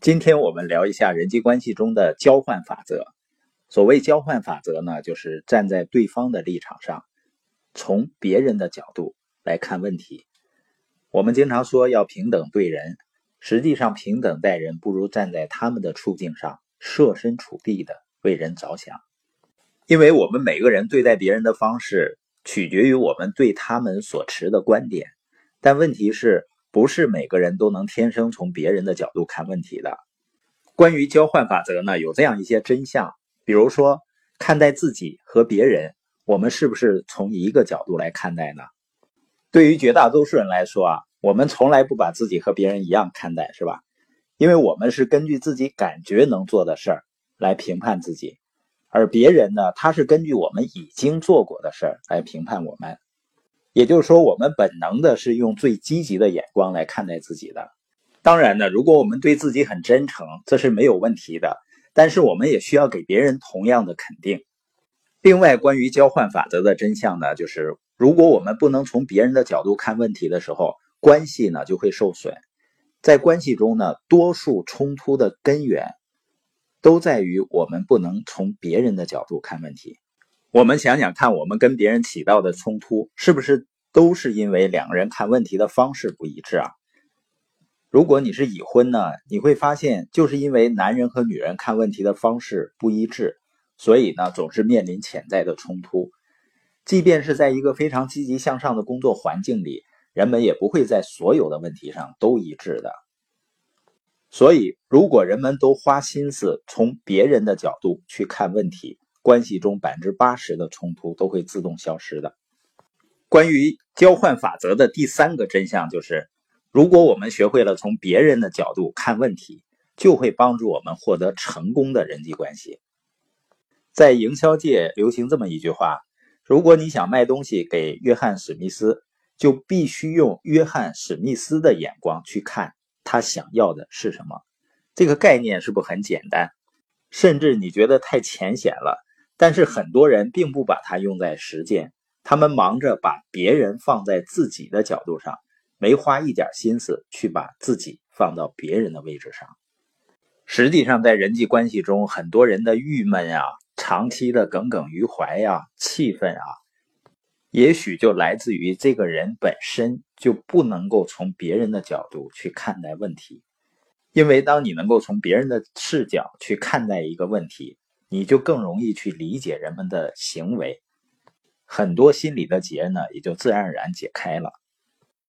今天我们聊一下人际关系中的交换法则。所谓交换法则呢，就是站在对方的立场上，从别人的角度来看问题。我们经常说要平等对人，实际上平等待人不如站在他们的处境上，设身处地的为人着想。因为我们每个人对待别人的方式取决于我们对他们所持的观点，但问题是不是每个人都能天生从别人的角度看问题的。关于交换法则呢，有这样一些真相，比如说看待自己和别人，我们是不是从一个角度来看待呢？对于绝大多数人来说我们从来不把自己和别人一样看待，是吧？因为我们是根据自己感觉能做的事儿来评判自己，而别人呢，他是根据我们已经做过的事儿来评判我们。也就是说，我们本能的是用最积极的眼光来看待自己的。当然呢，如果我们对自己很真诚，这是没有问题的，但是我们也需要给别人同样的肯定。另外，关于交换法则的真相呢，就是如果我们不能从别人的角度看问题的时候，关系呢就会受损。在关系中呢，多数冲突的根源都在于我们不能从别人的角度看问题。我们想想看，我们跟别人起到的冲突，是不是都是因为两个人看问题的方式不一致啊？如果你是已婚呢，你会发现就是因为男人和女人看问题的方式不一致，所以呢总是面临潜在的冲突。即便是在一个非常积极向上的工作环境里，人们也不会在所有的问题上都一致的。所以如果人们都花心思从别人的角度去看问题，关系中80%的冲突都会自动消失的。关于交换法则的第三个真相就是，如果我们学会了从别人的角度看问题，就会帮助我们获得成功的人际关系。在营销界流行这么一句话，如果你想卖东西给约翰史密斯，就必须用约翰史密斯的眼光去看他想要的是什么。这个概念是不是很简单？甚至你觉得太浅显了，但是很多人并不把它用在实践，他们忙着把别人放在自己的角度上，没花一点心思去把自己放到别人的位置上。实际上在人际关系中，很多人的郁闷长期的耿耿于怀气愤也许就来自于这个人本身就不能够从别人的角度去看待问题。因为当你能够从别人的视角去看待一个问题，你就更容易去理解人们的行为，很多心理的结呢也就自然而然解开了。